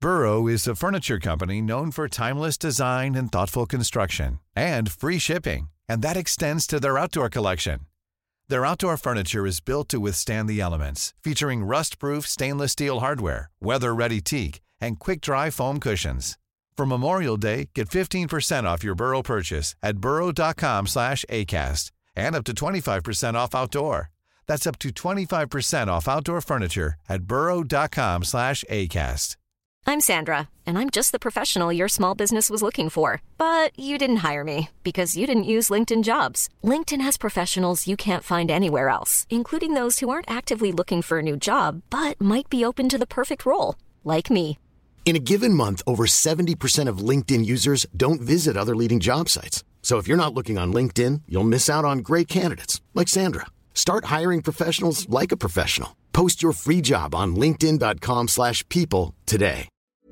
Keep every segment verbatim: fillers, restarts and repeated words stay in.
Burrow is a furniture company known for timeless design and thoughtful construction, and free shipping, and that extends to their outdoor collection. Their outdoor furniture is built to withstand the elements, featuring rust-proof stainless steel hardware, weather-ready teak, and quick-dry foam cushions. For Memorial Day, get fifteen percent off your Burrow purchase at burrow.com slash ACAST and up to twenty-five percent off outdoor. That's up to twenty-five percent off outdoor furniture at burrow.com slash ACAST. I'm Sandra, and I'm just the professional your small business was looking for. But you didn't hire me because you didn't use LinkedIn Jobs. LinkedIn has professionals you can't find anywhere else, including those who aren't actively looking for a new job, but might be open to the perfect role, like me. In a given month, over seventy percent of LinkedIn users don't visit other leading job sites. So if you're not looking on LinkedIn, you'll miss out on great candidates, like Sandra. Start hiring professionals like a professional. Post your free job on linkedin.com slash people today.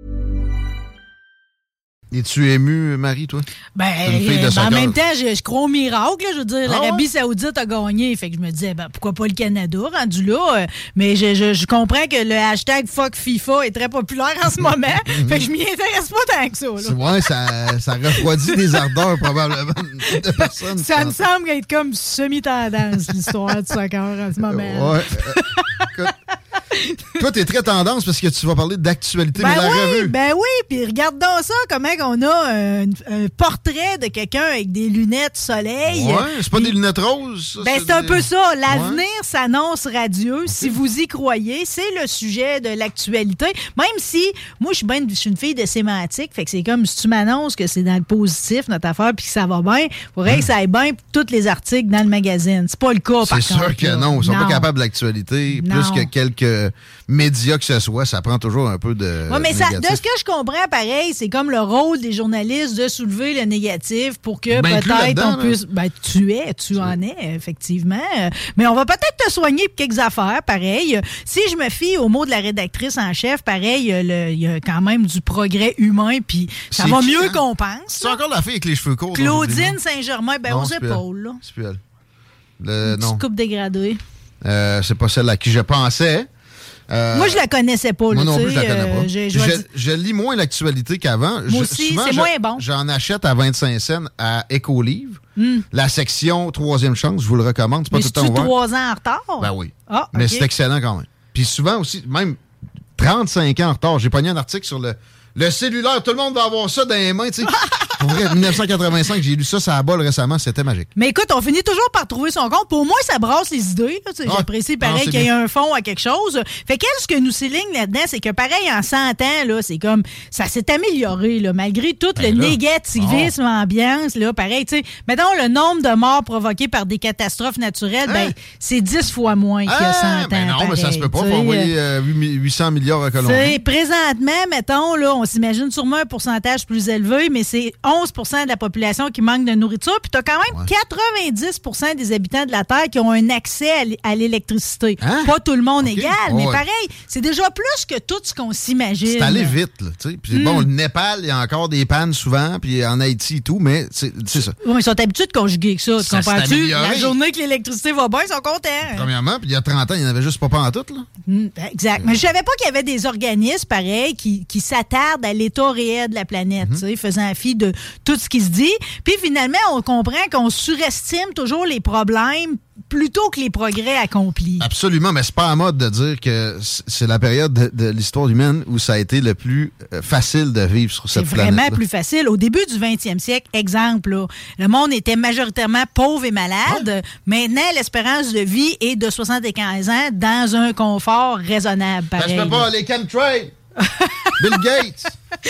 Es-tu ému, Marie, toi? Ben, ben en même temps, je, je crois au miracle. Là, je veux dire, ah l'Arabie ouais? Saoudite a gagné. Fait que je me disais, ben, pourquoi pas le Canada rendu là? Mais je, je, je comprends que le hashtag fuck FIFA est très populaire en ce moment. Fait que je m'y intéresse pas tant que ça. Là. C'est vrai, ça, ça refroidit les ardeurs probablement de personnes. Ça me semble être comme semi-tendance, l'histoire du soccer en ce moment. Ouais. Écoute, toi, t'es très tendance parce que tu vas parler d'actualité ben de la oui, revue. Ben oui, puis regarde donc ça, comment on a un, un portrait de quelqu'un avec des lunettes soleil. Ouais, c'est pas pis, des lunettes roses. Ça, ben c'est, c'est un des... peu ça. L'avenir ouais. s'annonce radieux. Okay. Si vous y croyez, c'est le sujet de l'actualité. Même si, moi, je suis ben, je suis une fille de sémantique, fait que c'est comme si tu m'annonces que c'est dans le positif, notre affaire, puis que ça va bien, il faudrait hum. que ça aille bien pour tous les articles dans le magazine. C'est pas le cas, c'est par contre. C'est sûr que là. non. Ils sont non. pas capables de l'actualité. Non. Plus que quelques médias que ce soit, ça prend toujours un peu de Oui, mais ça, de négatif. ce que je comprends, pareil, c'est comme le rôle des journalistes de soulever le négatif pour que ben, peut-être on puisse... Ben, tu es, tu, tu en es, effectivement. Mais on va peut-être te soigner pour quelques affaires, pareil. Si je me fie aux mots de la rédactrice en chef, pareil, il y a quand même du progrès humain, puis ça c'est va qui, mieux hein? qu'on pense. C'est là. Encore la fille avec les cheveux courts. Claudine Saint-Germain, ben non, aux épaules. Là. C'est plus elle. Le, Une non. petite coupe dégradée. Euh, c'est pas celle à qui je pensais. Euh, moi, je la connaissais pas. Moi là, non plus, je la connais pas. Euh, je, je, je, je lis moins l'actualité qu'avant. Moi je, aussi, souvent, c'est je, moins bon. J'en achète à vingt-cinq cents à Écolivre. Mm. La section Troisième chance, je vous le recommande. C'est pas mais tout le temps ouvert. trois ans en retard? Ben oui. Ah, mais okay. c'est excellent quand même. Puis souvent aussi, même trente-cinq ans en retard. J'ai pogné un article sur le, le cellulaire. Tout le monde va avoir ça dans les mains, tu sais. Pour vrai, dix-neuf cent quatre-vingt-cinq, j'ai lu ça sur la balle récemment, c'était magique. Mais écoute, on finit toujours par trouver son compte. Pour moi, ça brasse les idées. Là, ah, j'apprécie pareil qu'il y ait un fond à quelque chose. Fait qu'elle, ce que nous souligne là-dedans, c'est que pareil, en cent ans, là, c'est comme ça s'est amélioré, là, malgré tout ben le là, négativisme oh. ambiance. Là, pareil, tu sais, mettons le nombre de morts provoquées par des catastrophes naturelles, hein? ben, c'est dix fois moins qu'il y a cent hein? ans. Ben non, pareil, mais ça se peut pas. Faut envoyer euh, huit cents milliards à Colombie. Présentement, mettons, là, on s'imagine sûrement un pourcentage plus élevé, mais c'est onze pour cent de la population qui manque de nourriture, puis tu as quand même ouais. quatre-vingt-dix pour cent des habitants de la Terre qui ont un accès à, l- à l'électricité. Hein? Pas tout le monde okay. égal, oh, mais ouais. pareil, c'est déjà plus que tout ce qu'on s'imagine. C'est allé vite, là, tu sais. Puis mm. bon, le Népal, il y a encore des pannes souvent, puis en Haïti et tout, mais c'est, c'est ça. Oui, ils sont habitués de conjuguer que ça, tu ça comprends-tu? La journée que l'électricité va bien, ils sont contents. Premièrement, puis il y a trente ans, il n'y en avait juste pas pas en tout, là. Mm, exact. Mais je savais pas qu'il y avait des organismes, pareil, qui, qui s'attardent à l'état réel de la planète, mm-hmm. tu sais, faisant fi de tout ce qui se dit. Puis finalement, on comprend qu'on surestime toujours les problèmes plutôt que les progrès accomplis. Absolument, mais c'est pas à mode de dire que c'est la période de, de l'histoire humaine où ça a été le plus facile de vivre sur cette planète. C'est vraiment plus facile. Au début du vingtième siècle, exemple, là, le monde était majoritairement pauvre et malade. Ouais. Maintenant, l'espérance de vie est de soixante-quinze ans dans un confort raisonnable. Pareil. Ça se peut pas, les chemtrails! Bill Gates!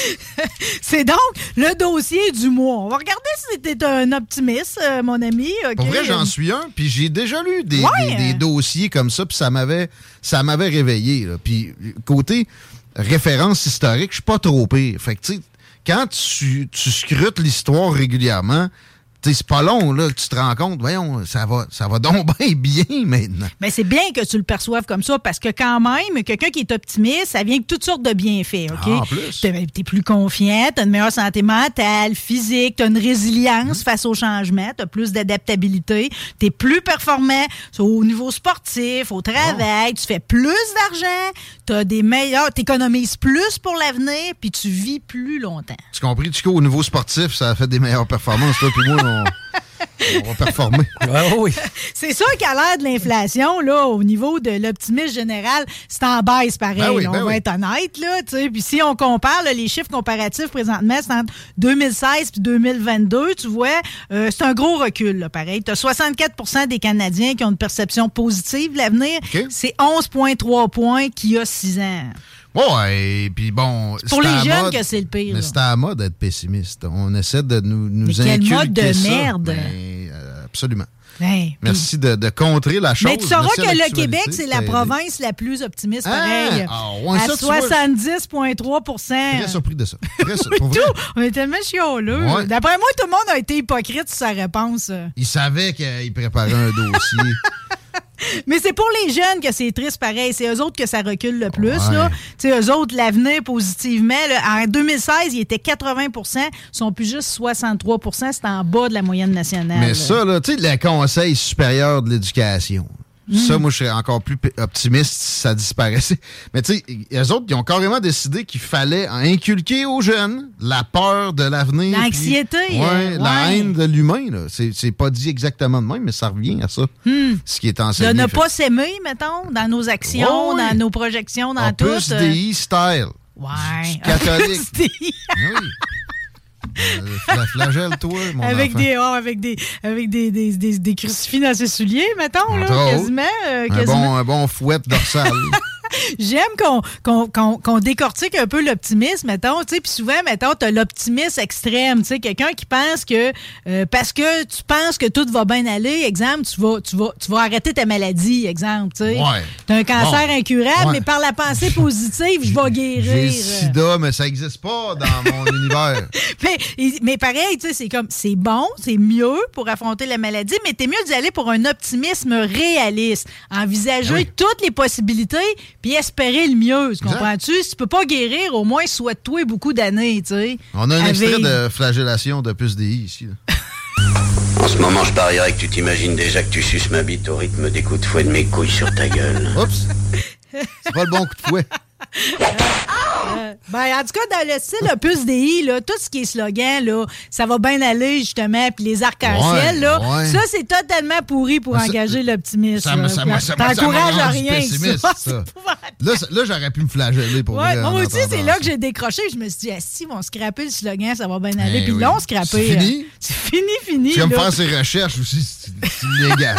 C'est donc le dossier du mois. On va regarder si t'es un optimiste, euh, mon ami. Okay. Pour vrai, j'en suis un, puis j'ai déjà lu des, ouais. des, des dossiers comme ça, puis ça m'avait, ça m'avait réveillé. Là. Puis côté référence historique, je suis pas trop pire. Fait que tu sais, quand tu, tu scrutes l'histoire régulièrement, Tu sais, c'est pas long, là, que tu te rends compte, voyons, ça va, ça va donc bien, bien maintenant. Mais c'est bien que tu le perçoives comme ça, parce que quand même, quelqu'un qui est optimiste, ça vient avec toutes sortes de bienfaits, OK? Ah, en plus. T'es, t'es plus confiant, t'as une meilleure santé mentale, physique, t'as une résilience mmh. face au changement, t'as plus d'adaptabilité, t'es plus performant au niveau sportif, au travail, oh. tu fais plus d'argent, t'as des meilleurs, t'économises plus pour l'avenir, puis tu vis plus longtemps. Tu compris, Chico, au niveau sportif, ça a fait des meilleures performances, toi, puis moi, on, on va performer. Ouais, oui. C'est sûr qu'à l'ère de l'inflation, là, au niveau de l'optimisme général, c'est en baisse pareil. Ben oui, ben on va oui. être honnête, là, tu sais. Puis si on compare là, les chiffres comparatifs présentement, c'est entre deux mille seize et deux mille vingt-deux, tu vois, euh, c'est un gros recul, là, pareil. Tu as soixante-quatre pour cent des Canadiens qui ont une perception positive de l'avenir. Okay. C'est onze virgule trois points qu'il y a six ans. Ouais, et puis bon... C'est pour les jeunes mode, que c'est le pire. Mais là. c'est à la mode d'être pessimiste. On essaie de nous, nous mais quel inculquer mode de ça. merde. Ben, euh, absolument. Ben, Merci de, de contrer la chose. Mais tu sauras que le Québec, c'est la province la plus optimiste, ah, pareil. Ah, ouais, à ça, soixante-dix virgule trois pour cent. Très surpris de ça. Très sur... pour vrai. Tout. On est tellement chioleux. Ouais. D'après moi, tout le monde a été hypocrite sur sa réponse. Il savait qu'il préparait un dossier. Mais c'est pour les jeunes que c'est triste pareil. C'est eux autres que ça recule le plus. Ouais. Là. Eux autres, l'avenir positivement. Là, en deux mille seize, ils étaient quatre-vingts pour cent. Ils sont plus juste soixante-trois pour cent. C'est en bas de la moyenne nationale. Mais là. ça, là, tu sais, le Conseil supérieur de l'éducation. Mmh. Ça, moi, je serais encore plus optimiste si ça disparaissait. Mais tu sais, eux autres, ils ont carrément décidé qu'il fallait inculquer aux jeunes la peur de l'avenir. L'anxiété. Puis, ouais, euh, la ouais. haine de l'humain. Là. C'est, c'est pas dit exactement de même, mais ça revient à ça. Mmh. Ce qui est enseigné. De ne pas s'aimer, mettons, dans nos actions, oh, oui. dans nos projections, dans en tout. Plus euh... des style. Ouais. Du catholique. oui. Euh, flagelle-toi, mon avec enfant. Des, oh, avec des avec des, des, des, des crucifix dans ses souliers, mettons, là, quasiment, euh, quasiment. Un bon, un bon fouet dorsal. J'aime qu'on, qu'on, qu'on, qu'on décortique un peu l'optimisme, mettons, tu sais, puis souvent, mettons, t'as l'optimisme extrême, tu sais, quelqu'un qui pense que, euh, parce que tu penses que tout va bien aller, exemple, tu vas, tu vas, tu vas arrêter ta maladie, exemple, tu sais. Ouais. T'as un cancer bon. incurable, ouais. mais par la pensée positive, je vais guérir. J'ai le sida, mais ça n'existe pas dans mon univers. Mais, mais pareil, tu sais, c'est comme, c'est bon, c'est mieux pour affronter la maladie, mais t'es mieux d'y aller pour un optimisme réaliste, envisager oui. toutes les possibilités, puis espérer le mieux, tu comprends-tu? Si tu peux pas guérir, au moins souhaite-toi beaucoup d'années, tu sais. On a un avec... extrait de flagellation de Puce D I ici. Là. En ce moment, je parierais que tu t'imagines déjà que tu suces ma bite au rythme des coups de fouet de mes couilles sur ta gueule. Oups! C'est pas le bon coup de fouet. Euh, ben, en tout cas, dans le style Puce D I, là, tout ce qui est slogan, là, ça va bien aller, justement, puis les arcs-en-ciel, ouais, là, ouais. ça, c'est totalement pourri pour ça, engager l'optimisme. Ça, ça, ça, ça, t'encourages à rien, ça. ça. Là, là, j'aurais pu me flageller pour ouais, vrai. Moi aussi, c'est là que j'ai décroché. Je me suis dit, ah, si, ils vont scraper le slogan, ça va bien aller. Puis oui. là, on scraper. C'est fini? Euh, c'est fini, fini. Tu vas me faire ses recherches aussi, c'est, c'est illégal.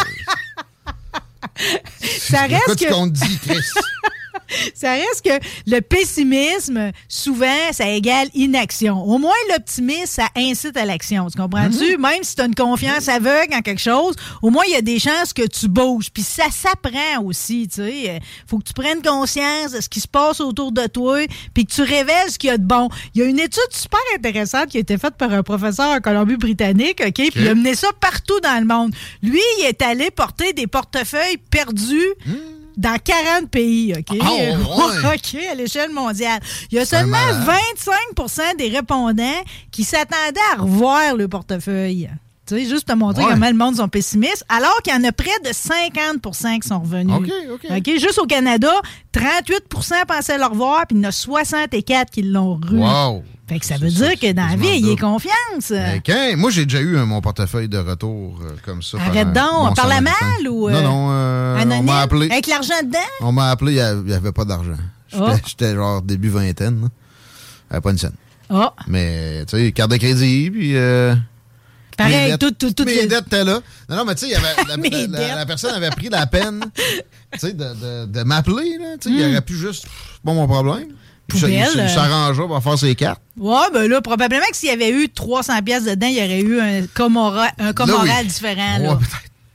Ça reste quoi que... tu comptes dit, Chris? Ça reste que le pessimisme, souvent, ça égale inaction. Au moins, l'optimisme, ça incite à l'action. Tu comprends-tu? Mm-hmm. Même si tu as une confiance aveugle en quelque chose, au moins, il y a des chances que tu bouges. Puis ça s'apprend aussi, tu sais. Faut que tu prennes conscience de ce qui se passe autour de toi, puis que tu révèles ce qu'il y a de bon. Il y a une étude super intéressante qui a été faite par un professeur en Colombie-Britannique, OK? okay. Puis il a mené ça partout dans le monde. Lui, il est allé porter des portefeuilles perdus mmh. dans quarante pays, OK? Oh, ouais. OK, à l'échelle mondiale. Il y a seulement vingt-cinq pour cent des répondants qui s'attendaient à revoir le portefeuille. Tu sais, juste te montrer ouais. comment le monde sont pessimistes, alors qu'il y en a près de cinquante pour cent qui sont revenus. OK, OK. OK, juste au Canada, trente-huit pour cent pensaient le revoir, puis il y en a soixante-quatre qui l'ont revu. Wow! Fait que ça veut dire ça, que dans la vie, il y a confiance. Ben, quand, moi, j'ai déjà eu euh, mon portefeuille de retour euh, comme ça. Arrête par donc, par la malle ou... Euh, non, non, euh, on m'a appelé. Avec l'argent dedans? On m'a appelé, il n'y avait pas d'argent. J'étais, oh. j'étais genre début vingtaine. Il n'y avait pas une scène. Oh. Mais, tu sais, carte de crédit, puis... Euh, Pareil, tout, tout, tout. Mes dettes étaient là. Non, non, mais tu sais, la, la, la, la personne avait pris la peine, tu sais, de, de, de m'appeler, là. Tu sais, mm. il aurait pu juste... C'est pas mon problème. Poubelle. Il s'arrangeait pour faire ses cartes. Ouais, ben là, probablement que s'il y avait eu trois cents piastres dedans, il y aurait eu un cas moral, un cas moral oui. différent. Là. Ouais, peut-être.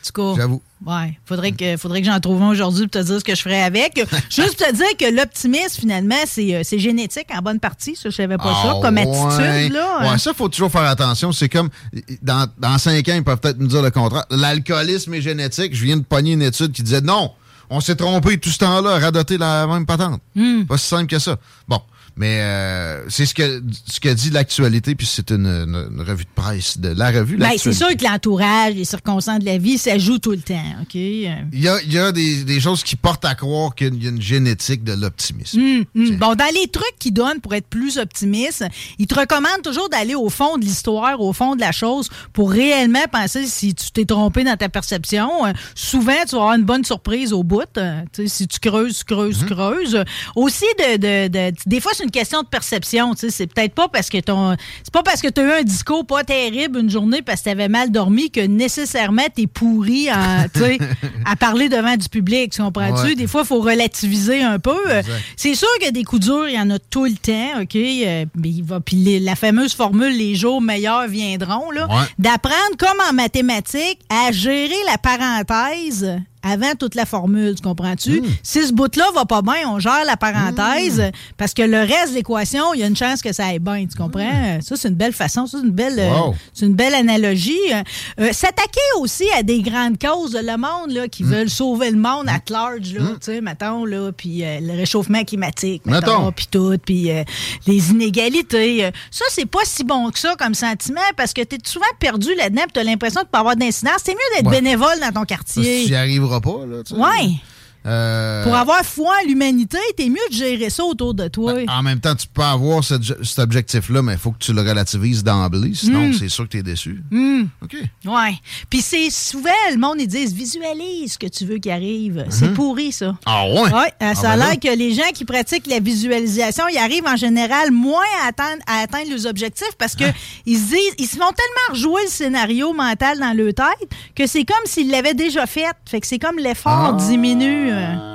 tout cas. J'avoue. Ouais, faudrait que, faudrait que j'en trouve un aujourd'hui pour te dire ce que je ferais avec. Juste te dire que l'optimisme, finalement, c'est, c'est génétique en bonne partie. Ça, je savais pas ah, ça, comme ouais. attitude. Là. Ouais, ça, il faut toujours faire attention. C'est comme, dans, dans cinq ans, ils peuvent peut-être nous dire le contraire. L'alcoolisme est génétique. Je viens de pogner une étude qui disait non, on s'est trompé tout ce temps-là, radoter la même patente. Mm. Pas si simple que ça. Bon. Mais euh, c'est ce que ce que dit l'actualité, puis c'est une, une, une revue de presse de la revue. Ben, c'est sûr que l'entourage, les circonstances de la vie, ça joue tout le temps, OK? Il y a, il y a des, des choses qui portent à croire qu'il y a une génétique de l'optimisme. Mmh, mmh. Bon, dans les trucs qu'ils donnent pour être plus optimiste, ils te recommandent toujours d'aller au fond de l'histoire, au fond de la chose, pour réellement penser si tu t'es trompé dans ta perception. Souvent, tu vas avoir une bonne surprise au bout. T'sais, si tu creuses, creuses, mmh. creuses. Aussi, de, de, de, des fois, c'est une question de perception, tu sais, c'est peut-être pas parce que ton c'est pas parce que tu as eu un discours pas terrible une journée parce que tu avais mal dormi que nécessairement tu es pourri en, tu sais, à parler devant du public, tu comprends-tu? Ouais. Des fois, il faut relativiser un peu. Exact. C'est sûr que des coups durs, il y en a tout le temps, OK? Euh, il va, puis les, la fameuse formule « les jours meilleurs viendront », là, ouais. d'apprendre, comme en mathématiques, à gérer la parenthèse avant toute la formule, tu comprends-tu? Mmh. Si ce bout-là va pas bien, on gère la parenthèse mmh. parce que le reste de l'équation, il y a une chance que ça aille bien, tu comprends? Mmh. Ça, c'est une belle façon, ça, c'est une belle, wow. euh, c'est une belle analogie. Euh, s'attaquer aussi à des grandes causes de le monde là, qui mmh. veulent sauver le monde at large, là, mmh. tu sais, mettons, là, puis euh, le réchauffement climatique, mettons, puis tout, puis euh, les inégalités. Ça, c'est pas si bon que ça comme sentiment parce que t'es souvent perdu là-dedans et t'as l'impression de pas avoir d'incidence. C'est mieux d'être ouais. bénévole dans ton quartier. Tu y arriveras pas, là, tu sais. Ouais. Euh... Pour avoir foi en l'humanité, t'es mieux de gérer ça autour de toi. Ben, en même temps, tu peux avoir ce, cet objectif-là, mais il faut que tu le relativises d'emblée, sinon mm. c'est sûr que t'es déçu. Mm. OK. Ouais. Puis c'est souvent, le monde, ils disent, visualise ce que tu veux qu'il arrive. Mm-hmm. C'est pourri, ça. Ah ouais? Ouais. Ah, ça ben a l'air là. que les gens qui pratiquent la visualisation, ils arrivent en général moins à atteindre, à atteindre leurs objectifs parce que ah. ils se disent, ils se font tellement rejouer le scénario mental dans leur tête que c'est comme s'ils l'avaient déjà fait. Fait que c'est comme l'effort ah. diminue.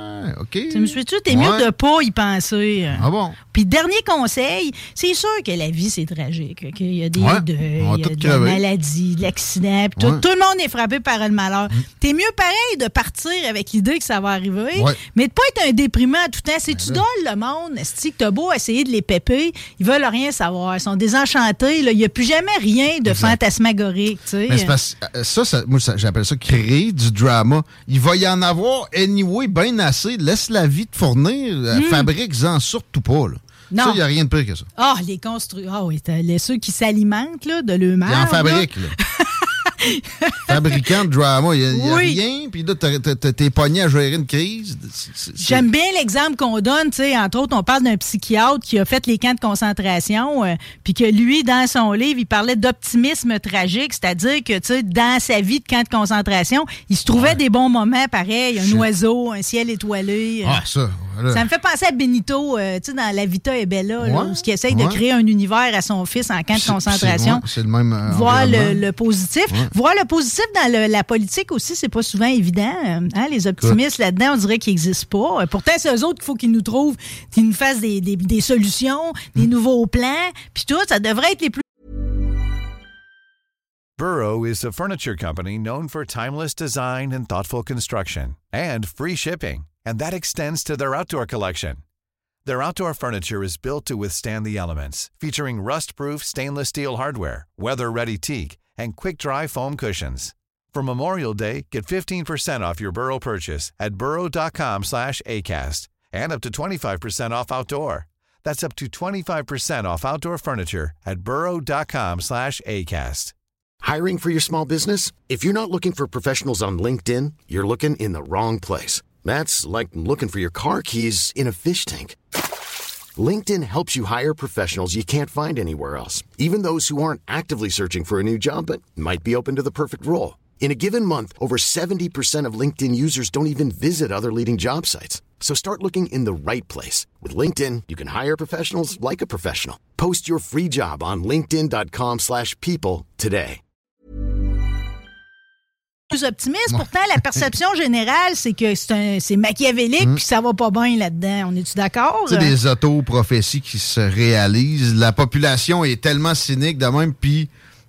OK. Tu me suis-tu? T'es ouais. mieux de pas y penser. Ah bon? Puis, dernier conseil, c'est sûr que la vie, c'est tragique. Okay? Il y a des ouais. deuils, il y a des crever. maladies, de l'accident. Tout, ouais. tout le monde est frappé par le malheur. Mm. T'es mieux pareil de partir avec l'idée que ça va arriver, ouais. mais de pas être un déprimant tout le temps. Si tu donnes le monde, si tu as beau essayer de les péper, ils veulent rien savoir. Ils sont désenchantés. Il n'y a plus jamais rien de exact. fantasmagorique. T'sais. Mais c'est parce, ça, ça, moi, ça, j'appelle ça créer du drama. Il va y en avoir anyway bien assez. Laisse la vie te fournir. Mm. Fabrique-en surtout pas, là. Non. Ça, il n'y a rien de pire que ça. Ah, oh, les constructeurs. Ah oh, oui, les, ceux qui s'alimentent là, de l'eux-mêmes. Ils en fabriquent, là. Fabricant de drama, il n'y a, oui. a rien, puis là, t'es pogné à gérer une crise. C'est... J'aime bien l'exemple qu'on donne, tu sais, entre autres, on parle d'un psychiatre qui a fait les camps de concentration, euh, puis que lui, dans son livre, il parlait d'optimisme tragique, c'est-à-dire que, tu sais, dans sa vie de camp de concentration, il se trouvait ouais. des bons moments, pareil, un Shit. oiseau, un ciel étoilé. Euh, ah, ça, voilà. Ça me fait penser à Benito, euh, tu sais, dans La Vita est Bella, ouais. là, où il essaye ouais. de créer un univers à son fils en camp de concentration. C'est, c'est le même euh, voir le, le positif. Ouais. Voir le positif dans le, la politique aussi, c'est pas souvent évident. Hein? Les optimistes Good. là-dedans, on dirait qu'ils n'existent pas. Pourtant, c'est eux autres qu'il faut qu'ils nous trouvent, qu'ils nous fassent des, des, des solutions, des mm. nouveaux plans, puis tout, ça devrait être les plus... Burrow is a furniture company known for timeless design and thoughtful construction, and free shipping, and that extends to their outdoor collection. Their outdoor furniture is built to withstand the elements, featuring rust-proof stainless steel hardware, weather-ready teak, and quick-dry foam cushions. For Memorial Day, get fifteen percent off your Burrow purchase at burrow.com slash ACAST and up to twenty-five percent off outdoor. That's up to twenty-five percent off outdoor furniture at burrow.com slash ACAST. Hiring for your small business? If you're not looking for professionals on LinkedIn, you're looking in the wrong place. That's like looking for your car keys in a fish tank. LinkedIn helps you hire professionals you can't find anywhere else, even those who aren't actively searching for a new job but might be open to the perfect role. In a given month, over seventy percent of LinkedIn users don't even visit other leading job sites. So start looking in the right place. With LinkedIn, you can hire professionals like a professional. Post your free job on linkedin.com slash people today. Plus optimiste, pourtant la perception générale c'est que c'est, un, c'est machiavélique mmh. puis ça va pas bien là-dedans. On est-tu d'accord? Tu sais, des auto-prophéties qui se réalisent. La population est tellement cynique de même, puis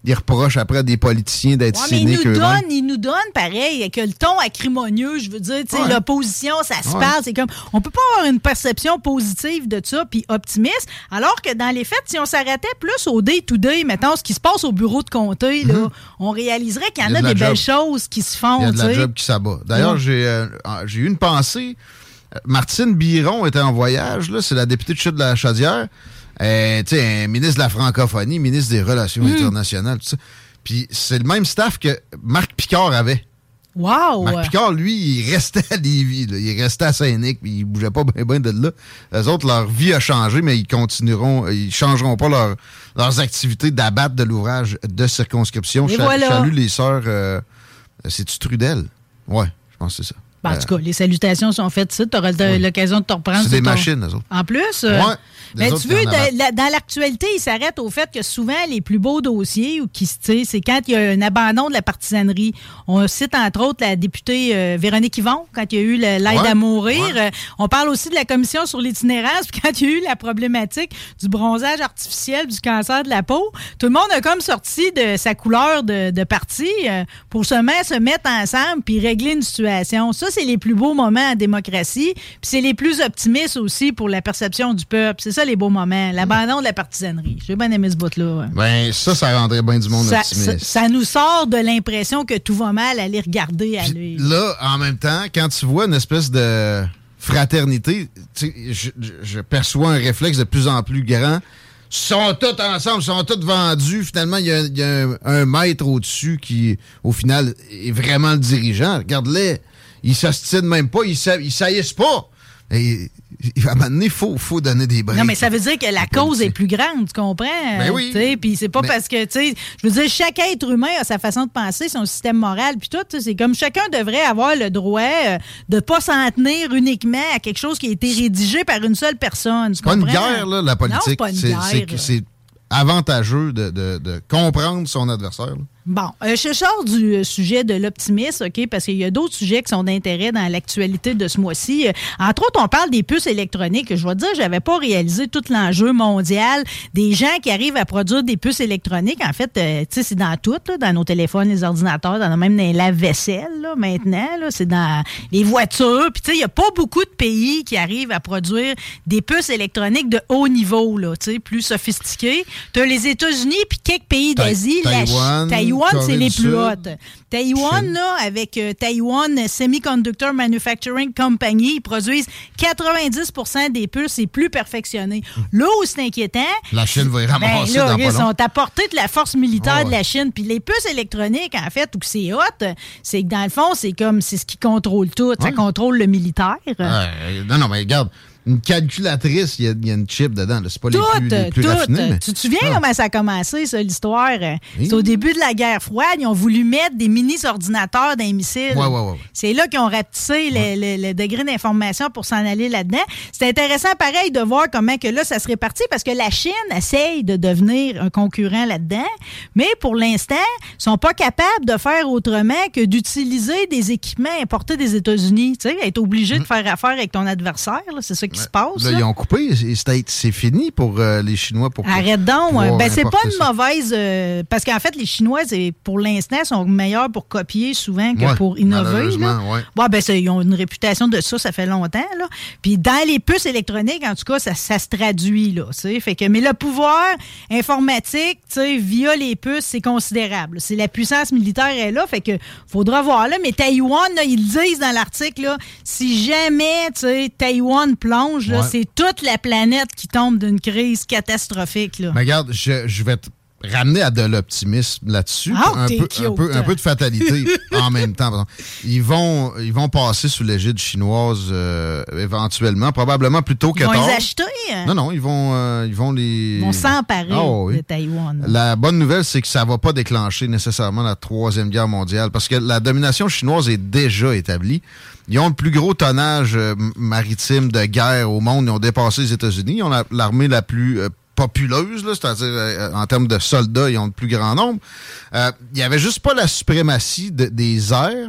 ils reprochent après à des politiciens d'être ouais, cyniques eux-mêmes. Donne, ils nous donnent, pareil, avec le ton acrimonieux, je veux dire, tu sais, ouais. l'opposition, ça se ouais. parle, c'est comme, on peut pas avoir une perception positive de ça, puis optimiste, alors que dans les faits, si on s'arrêtait plus au day-to-day, mettons, ce qui se passe au bureau de comté, mm-hmm. là, on réaliserait qu'il y en a, a de des belles choses qui se font. Il y a de la t'sais. job qui s'abat. D'ailleurs, ouais. j'ai, euh, j'ai eu une pensée. Martine Biron était en voyage, là, c'est la députée de Chute de la Chaudière, euh, tu sais, ministre de la francophonie, ministre des Relations mm. internationales, tout ça. Puis c'est le même staff que Marc Picard avait. Wow! Marc Picard, lui, il restait à Lévis, là. Il restait à Saint-Nic, puis il bougeait pas bien ben de là. Les autres, leur vie a changé, mais ils continueront, ils changeront pas leur, leurs activités d'abattre de l'ouvrage de circonscription. Et Cha- voilà. Salut les sœurs, euh, c'est-tu Trudel? Ouais, je pense que c'est ça. Ben, en tout cas, les salutations sont faites ici. Tu auras oui. l'occasion de te reprendre. C'est des ton... machines, eux autres. En plus, euh... ouais, mais tu veux, de, la, dans l'actualité, il s'arrête au fait que souvent, les plus beaux dossiers, ou qui, c'est quand il y a un abandon de la partisanerie. On cite entre autres la députée euh, Véronique Yvon, quand il y a eu l'aide ouais. à mourir. Ouais. On parle aussi de la commission sur l'itinérance, puis quand il y a eu la problématique du bronzage artificiel, du cancer de la peau. Tout le monde a comme sorti de sa couleur de, de parti euh, pour se mettre, se mettre ensemble puis régler une situation. Ça, c'est les plus beaux moments en démocratie, puis c'est les plus optimistes aussi pour la perception du peuple. C'est ça les beaux moments, l'abandon de la partisanerie. J'ai bien aimé ce bout-là. Ben ça, ça rendrait bien du monde ça, optimiste. Ça, ça nous sort de l'impression que tout va mal à les regarder aller. Là, en même temps, quand tu vois une espèce de fraternité, je, je perçois un réflexe de plus en plus grand. Ils sont tous ensemble, ils sont tous vendus. Finalement, il y a, y a un, un maître au-dessus qui, au final, est vraiment le dirigeant. Regarde-les. Ils s'ostinent même pas, ils ne saillissent pas. Et, à un moment donné, il faut, faut donner des briques. Non, mais ça veut dire que la cause est plus grande, tu comprends? Ben oui. Puis c'est pas mais... parce que, tu sais, je veux dire, chaque être humain a sa façon de penser, son système moral, puis tout. C'est comme chacun devrait avoir le droit euh, de pas s'en tenir uniquement à quelque chose qui a été rédigé par une seule personne. C'est pas une guerre, là, la politique. Non, c'est pas une c'est, guerre. C'est, c'est avantageux de, de, de comprendre son adversaire. Là. Bon, euh, je sors du euh, sujet de l'optimisme, OK, parce qu'il y a d'autres sujets qui sont d'intérêt dans l'actualité de ce mois-ci. Euh, entre autres, on parle des puces électroniques. Je dois dire, j'avais pas réalisé tout l'enjeu mondial des gens qui arrivent à produire des puces électroniques. En fait, euh, tu sais, c'est dans tout, là, dans nos téléphones, les ordinateurs, dans même dans les lave-vaisselle, là, maintenant. Là, c'est dans les voitures. Puis, tu sais, il y a pas beaucoup de pays qui arrivent à produire des puces électroniques de haut niveau, là, tu sais, plus sophistiqués. Tu as les États-Unis puis quelques pays d'Asie. Taïwan. La Ch- Taïwan, c'est les plus hautes. Taïwan, là, avec euh, Taïwan Semiconductor Manufacturing Company, ils produisent quatre-vingt-dix pour cent des puces, c'est plus perfectionné. Là où c'est inquiétant... La Chine va y ramasser ben, là, dans pas long. Ils sont à portée de la force militaire oh, ouais. de la Chine. Puis les puces électroniques, en fait, où c'est hot, c'est que dans le fond, c'est comme c'est ce qui contrôle tout. Ouais. Ça contrôle le militaire. Euh, non, non, mais regarde... Une calculatrice, il y, y a une chip dedans. Là. C'est pas tout, les plus, les plus raffinés. Mais... Tu te souviens ah. comment ça a commencé, ça, l'histoire? Oui. C'est au début de la guerre froide. Ils ont voulu mettre des mini-ordinateurs dans les missiles. Ouais, ouais, ouais. C'est là qu'ils ont rapetissé ouais. le, le, le degré d'information pour s'en aller là-dedans. C'est intéressant, pareil, de voir comment que là, ça se répartit parce que la Chine essaye de devenir un concurrent là-dedans. Mais pour l'instant, ils sont pas capables de faire autrement que d'utiliser des équipements importés des États-Unis. Tu sais, être obligé mmh. de faire affaire avec ton adversaire, là, c'est ça qui se passe. Là, là. Ils ont coupé. C'est, c'est fini pour euh, les Chinois. Pour Arrête donc. Ben, c'est pas une ça. mauvaise... Euh, parce qu'en fait, les Chinois, c'est, pour l'instant, sont meilleurs pour copier souvent que ouais, pour innover. Là. Ouais. Bon, ben, ça, ils ont une réputation de ça, ça fait longtemps. Là. Puis dans les puces électroniques, en tout cas, ça, ça se traduit. Là, fait que, mais le pouvoir informatique, via les puces, c'est considérable. C'est la puissance militaire est là. Fait que faudra voir. Là, mais Taïwan, là, ils le disent dans l'article, là, si jamais Taïwan plonge, Là, ouais. c'est toute la planète qui tombe d'une crise catastrophique. Là. Mais regarde, je, je vais te ramener à de l'optimisme là-dessus. Ah, un, peu, un, peu, un peu de fatalité en même temps. Ils vont, ils vont passer sous l'égide chinoise euh, éventuellement, probablement plus tôt que tard. Ils vont les acheter? Non, non, ils vont, euh, ils vont les... Ils vont s'emparer oh, oui. de Taïwan. La bonne nouvelle, c'est que ça ne va pas déclencher nécessairement la Troisième Guerre mondiale parce que la domination chinoise est déjà établie. Ils ont le plus gros tonnage euh, maritime de guerre au monde. Ils ont dépassé les États-Unis. Ils ont la, l'armée la plus euh, populeuse, là, c'est-à-dire euh, en termes de soldats, ils ont le plus grand nombre. Euh, il n'y avait juste pas la suprématie de, des airs.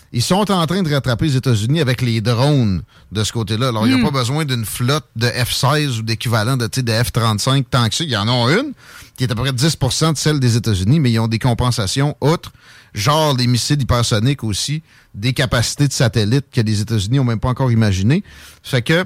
ils sont en train de rattraper les États-Unis avec les drones de ce côté-là. Alors, il mm. n'y a pas besoin d'une flotte de F seize ou d'équivalent de, de F trente-cinq tant que ça. Il y en a une qui est à peu près dix pour cent de celle des États-Unis, mais ils ont des compensations outre, genre des missiles hypersoniques aussi, des capacités de satellites que les États-Unis n'ont même pas encore imaginées. Fait que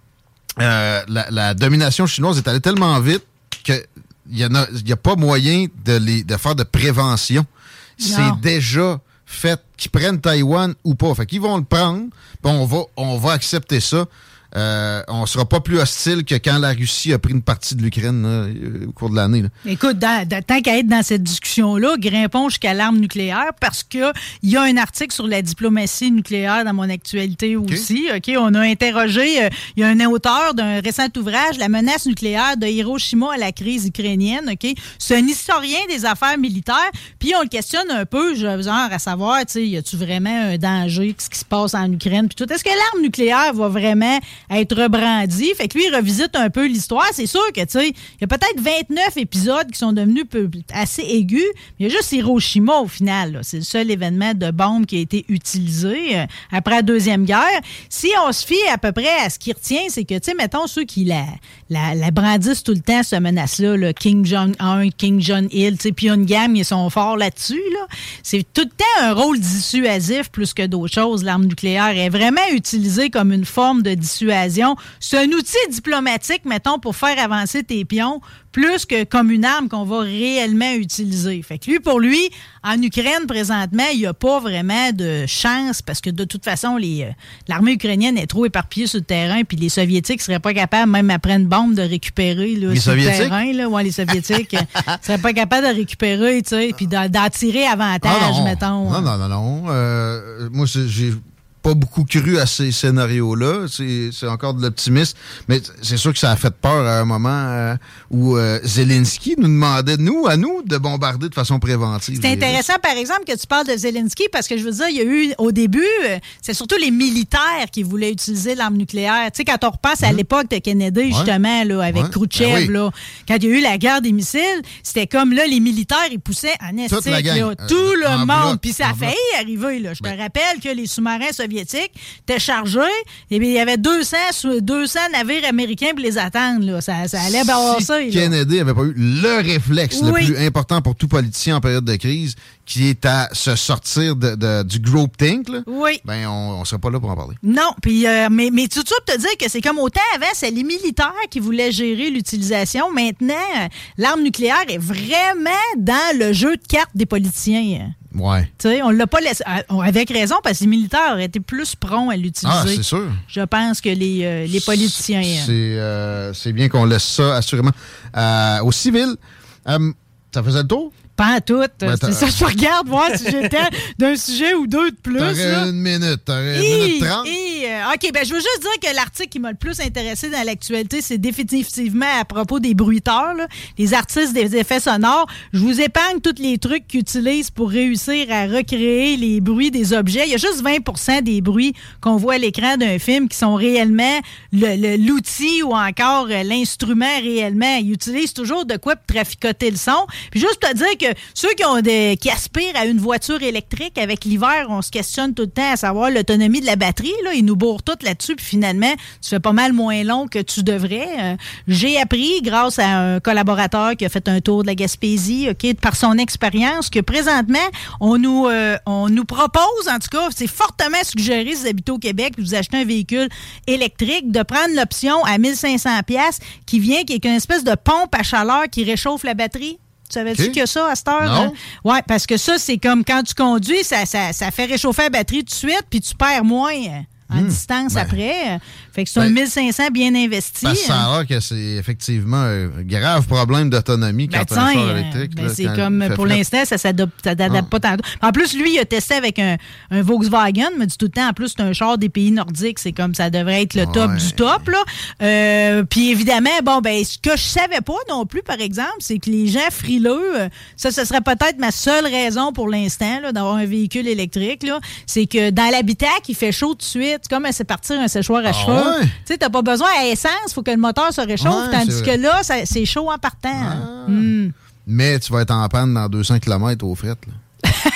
euh, la, la domination chinoise est allée tellement vite qu'il n'y a, a pas moyen de, les, de faire de prévention. Non. C'est déjà fait qu'ils prennent Taïwan ou pas. Fait qu'ils vont le prendre, puis on va, on va accepter ça. Euh, on sera pas plus hostile que quand la Russie a pris une partie de l'Ukraine là, au cours de l'année. Là. Écoute, dans, dans, tant qu'à être dans cette discussion-là, grimpons jusqu'à l'arme nucléaire parce qu'il y a un article sur la diplomatie nucléaire dans mon actualité okay. aussi. Okay, on a interrogé, il euh, y a un auteur d'un récent ouvrage, La menace nucléaire de Hiroshima à la crise ukrainienne. Okay? C'est un historien des affaires militaires. Puis on le questionne un peu, genre à savoir, y a-tu vraiment un danger, ce qui se passe en Ukraine? Puis tout. Est-ce que l'arme nucléaire va vraiment à être rebrandi. Fait que lui, il revisite un peu l'histoire. C'est sûr que, tu sais, il y a peut-être vingt-neuf épisodes qui sont devenus peu, assez aigus. Mais il y a juste Hiroshima, au final. Là. C'est le seul événement de bombe qui a été utilisé euh, après la Deuxième Guerre. Si on se fie à peu près à ce qui retient, c'est que, tu sais, mettons ceux qui la, la, la brandissent tout le temps, cette menace-là, là, Kim Jong-un, Kim Jong-il, tu sais, Pyongyang, ils sont forts là-dessus. Là. C'est tout le temps un rôle dissuasif plus que d'autres choses. L'arme nucléaire est vraiment utilisée comme une forme de dissuasion. C'est un outil diplomatique, mettons, pour faire avancer tes pions, plus que comme une arme qu'on va réellement utiliser. Fait que lui, pour lui, en Ukraine, présentement, il n'y a pas vraiment de chance parce que de toute façon, les, euh, l'armée ukrainienne est trop éparpillée sur le terrain puis les Soviétiques ne seraient pas capables, même après une bombe, de récupérer là, sur le terrain. Là, ouais, les Soviétiques ne seraient pas capables de récupérer, tu sais, puis d'en, d'en tirer avantage, ah non. mettons. Non, non, non, non. Euh, moi, c'est, j'ai pas beaucoup cru à ces scénarios-là. C'est, c'est encore de l'optimisme. Mais c'est sûr que ça a fait peur à un moment euh, où euh, Zelensky nous demandait, nous, à nous, de bombarder de façon préventive. C'est intéressant, par exemple, que tu parles de Zelensky, parce que je veux dire, il y a eu, au début, euh, c'est surtout les militaires qui voulaient utiliser l'arme nucléaire. Tu sais, quand on repasse mmh. à l'époque de Kennedy, ouais. justement, là, avec ouais. Khrouchtchev, ben oui. là, quand il y a eu la guerre des missiles, c'était comme, là, les militaires, ils poussaient en estique, là, euh, tout le monde. Puis ça a failli arriver, là. Je ben. te rappelle que les sous-marins soviétiques étaient chargés, et bien, il y avait deux cents, deux cents navires américains pour les attendre. Là. Ça, ça allait barrer si ça. Kennedy n'avait pas eu le réflexe oui. le plus important pour tout politicien en période de crise, qui est à se sortir de, de, du groupthink, là, oui. ben on ne serait pas là pour en parler. Non, puis euh, mais, mais tout ça pour te dire que c'est comme autant avant, c'est les militaires qui voulaient gérer l'utilisation. Maintenant, l'arme nucléaire est vraiment dans le jeu de cartes des politiciens. Ouais. Tu sais, on l'a pas laissé. Avec raison, parce que les militaires auraient été plus prompts à l'utiliser. Ah, c'est sûr. Je pense que les, euh, les politiciens. C'est, euh, c'est bien qu'on laisse ça, assurément. Euh, aux civils, euh, ça faisait le tour? Pas à tout. Ben, c'est ça, je regarde voir si j'étais d'un sujet ou deux de plus. T'aurais là. une minute. T'aurais une minute trente. Et, euh, OK, ben je veux juste dire que l'article qui m'a le plus intéressé dans l'actualité, c'est définitivement à propos des bruiteurs, là, les artistes des effets sonores. Je vous épargne tous les trucs qu'ils utilisent pour réussir à recréer les bruits des objets. Il y a juste vingt pour cent des bruits qu'on voit à l'écran d'un film qui sont réellement le, le, l'outil ou encore euh, l'instrument réellement. Ils utilisent toujours de quoi pour traficoter le son. Puis juste pour te dire que ceux qui ont des, qui aspirent à une voiture électrique, avec l'hiver, on se questionne tout le temps à savoir l'autonomie de la batterie. Là, ils nous bourrent tout là-dessus, puis finalement, tu fais pas mal moins long que tu devrais. Euh, j'ai appris, grâce à un collaborateur qui a fait un tour de la Gaspésie, ok, par son expérience, que présentement, on nous, euh, on nous propose, en tout cas, c'est fortement suggéré si vous habitez au Québec, puis vous achetez un véhicule électrique, de prendre l'option à mille cinq cents dollars qui vient, qui est une espèce de pompe à chaleur qui réchauffe la batterie. Tu savais-tu okay. qu'il y a ça à cette heure? Non. Oui, parce que ça, c'est comme quand tu conduis, ça, ça, ça fait réchauffer la batterie tout de suite, puis tu perds moins en mmh. distance ben, après. Fait que c'est ben, un mille cinq cents bien investi. Ben, ça a l'air que c'est effectivement un grave problème d'autonomie quand ben, tu as un char électrique. Ben, là, c'est comme, pour fret. L'instant, ça ne s'adapte ah. pas tant. En plus, lui, il a testé avec un, un Volkswagen, mais du tout le temps, en plus, c'est un char des pays nordiques. C'est comme ça devrait être le top ouais. du top. Là. Euh, puis évidemment, bon, ben, ce que je savais pas non plus, par exemple, c'est que les gens frileux, ça, ce serait peut-être ma seule raison pour l'instant là, d'avoir un véhicule électrique. Là, c'est que dans l'habitacle, il fait chaud tout de suite. C'est comme c'est partir un séchoir à ah, cheveux. Ouais. Tu sais, t'as pas besoin à essence, il faut que le moteur se réchauffe, ouais, tandis que là, ça, c'est chaud en partant. Ah. Mm. Mais tu vas être en panne dans deux cents kilomètres au fret. Là.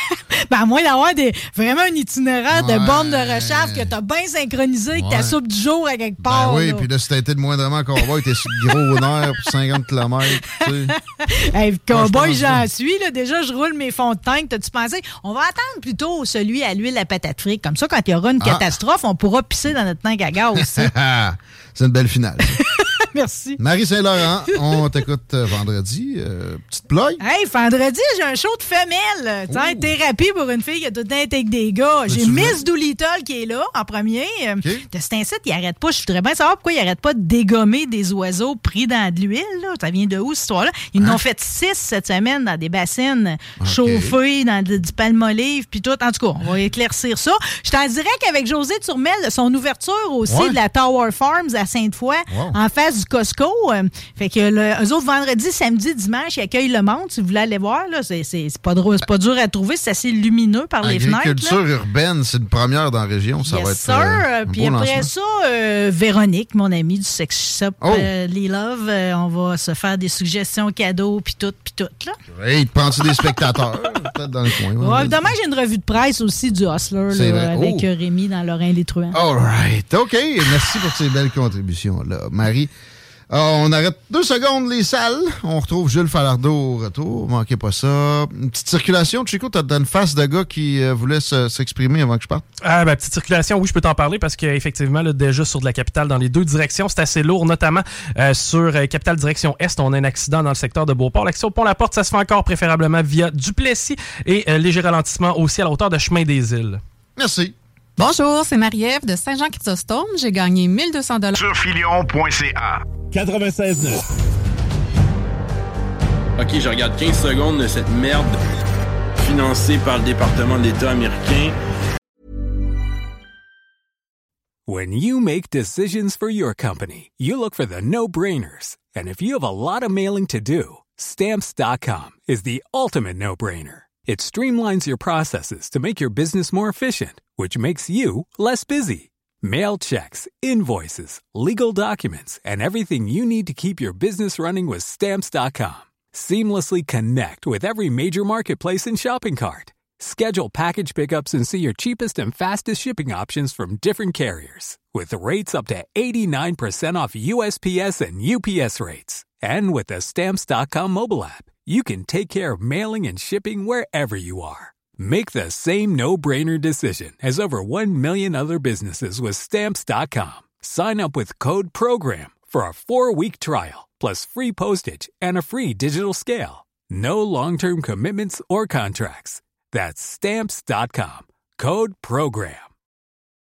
Ben, à moins d'avoir des, vraiment un itinéraire ouais. de borne de recharge que t'as bien synchronisé avec ouais. ta soupe du jour à quelque part. Ben oui, puis là, si t'as été de moindrement cowboy, t'es sur le gros nerf pour cinquante kilomètres. Tu sais. Hey, cowboy, j'en suis. Là. Déjà, je roule mes fonds de tank. T'as-tu pensé? On va attendre plutôt celui à l'huile à patate frite. Comme ça, quand il y aura une ah. catastrophe, on pourra pisser dans notre tank à gaz aussi. C'est une belle finale. Merci. Marie Saint-Laurent, on t'écoute vendredi. Euh, petite ploie. Hey, vendredi, j'ai un show de femelle. Tiens, thérapie pour une fille qui a tout le temps été avec des gars. Mais j'ai Miss Doolittle qui est là en premier. Okay. C'est un site, il arrête pas. Je voudrais bien savoir pourquoi il arrête pas de dégommer des oiseaux pris dans de l'huile. Là. Ça vient de où, cette histoire-là? Ils hein? en ont fait six cette semaine dans des bassines okay. chauffées, dans du palmolive, puis tout. En tout cas, on va éclaircir ça. Je t'en dirais qu'avec José Turmel, son ouverture aussi ouais. de la Tower Farms à Sainte-Foy, wow. en face du Costco. Euh, fait que le, eux autres, vendredi, samedi, dimanche, ils accueillent le monde. Si vous voulez aller voir, là, c'est, c'est, c'est, pas, drôle, c'est pas dur à trouver. C'est assez lumineux par les fenêtres. L'agriculture urbaine, c'est une première dans la région. Ça yes va être sir. Euh, Puis après lancement. ça, euh, Véronique, mon amie du sex shop oh. euh, Lee Love, euh, on va se faire des suggestions cadeaux, puis tout, puis tout. Là. Hey, prends-tu des spectateurs? Peut-être dans le coin. Ouais, demain, j'ai une revue de presse aussi du Hustler là, avec oh. Rémi dans Lorrain-les-Truands. All right. OK. Merci pour ces belles contributions-là. Marie, euh, on arrête deux secondes les salles. On retrouve Jules Falardeau au retour. Manquez pas ça. Une petite circulation. Chico, t'as une face de gars qui euh, voulait se, s'exprimer avant que je parte. Ah, ben, petite circulation, oui, je peux t'en parler parce qu'effectivement, là, déjà sur de la capitale dans les deux directions, c'est assez lourd, notamment euh, sur euh, capitale direction Est. On a un accident dans le secteur de Beauport. L'accès au pont-la-porte, ça se fait encore préférablement via Duplessis et euh, léger ralentissement aussi à la hauteur de Chemin des Îles. Merci. Bonjour, c'est Marie-Ève de Saint-Jean-Chrysostome. J'ai gagné mille deux cents dollars sur filion point c a. quatre-vingt-seize neuf. OK, je regarde quinze secondes de cette merde financée par le département d'État américain. When you make decisions for your company, you look for the no-brainers. And if you have a lot of mailing to do, Stamps dot com is the ultimate no-brainer. It streamlines your processes to make your business more efficient, which makes you less busy. Mail checks, invoices, legal documents, and everything you need to keep your business running with Stamps dot com. Seamlessly connect with every major marketplace and shopping cart. Schedule package pickups and see your cheapest and fastest shipping options from different carriers. With rates up to eighty-nine percent off U S P S and U P S rates. And with the Stamps dot com mobile app, you can take care of mailing and shipping wherever you are. Make the same no-brainer decision as over one million other businesses with Stamps dot com. Sign up with code PROGRAM for a four-week trial, plus free postage and a free digital scale. No long-term commitments or contracts. That's Stamps dot com. Code PROGRAM.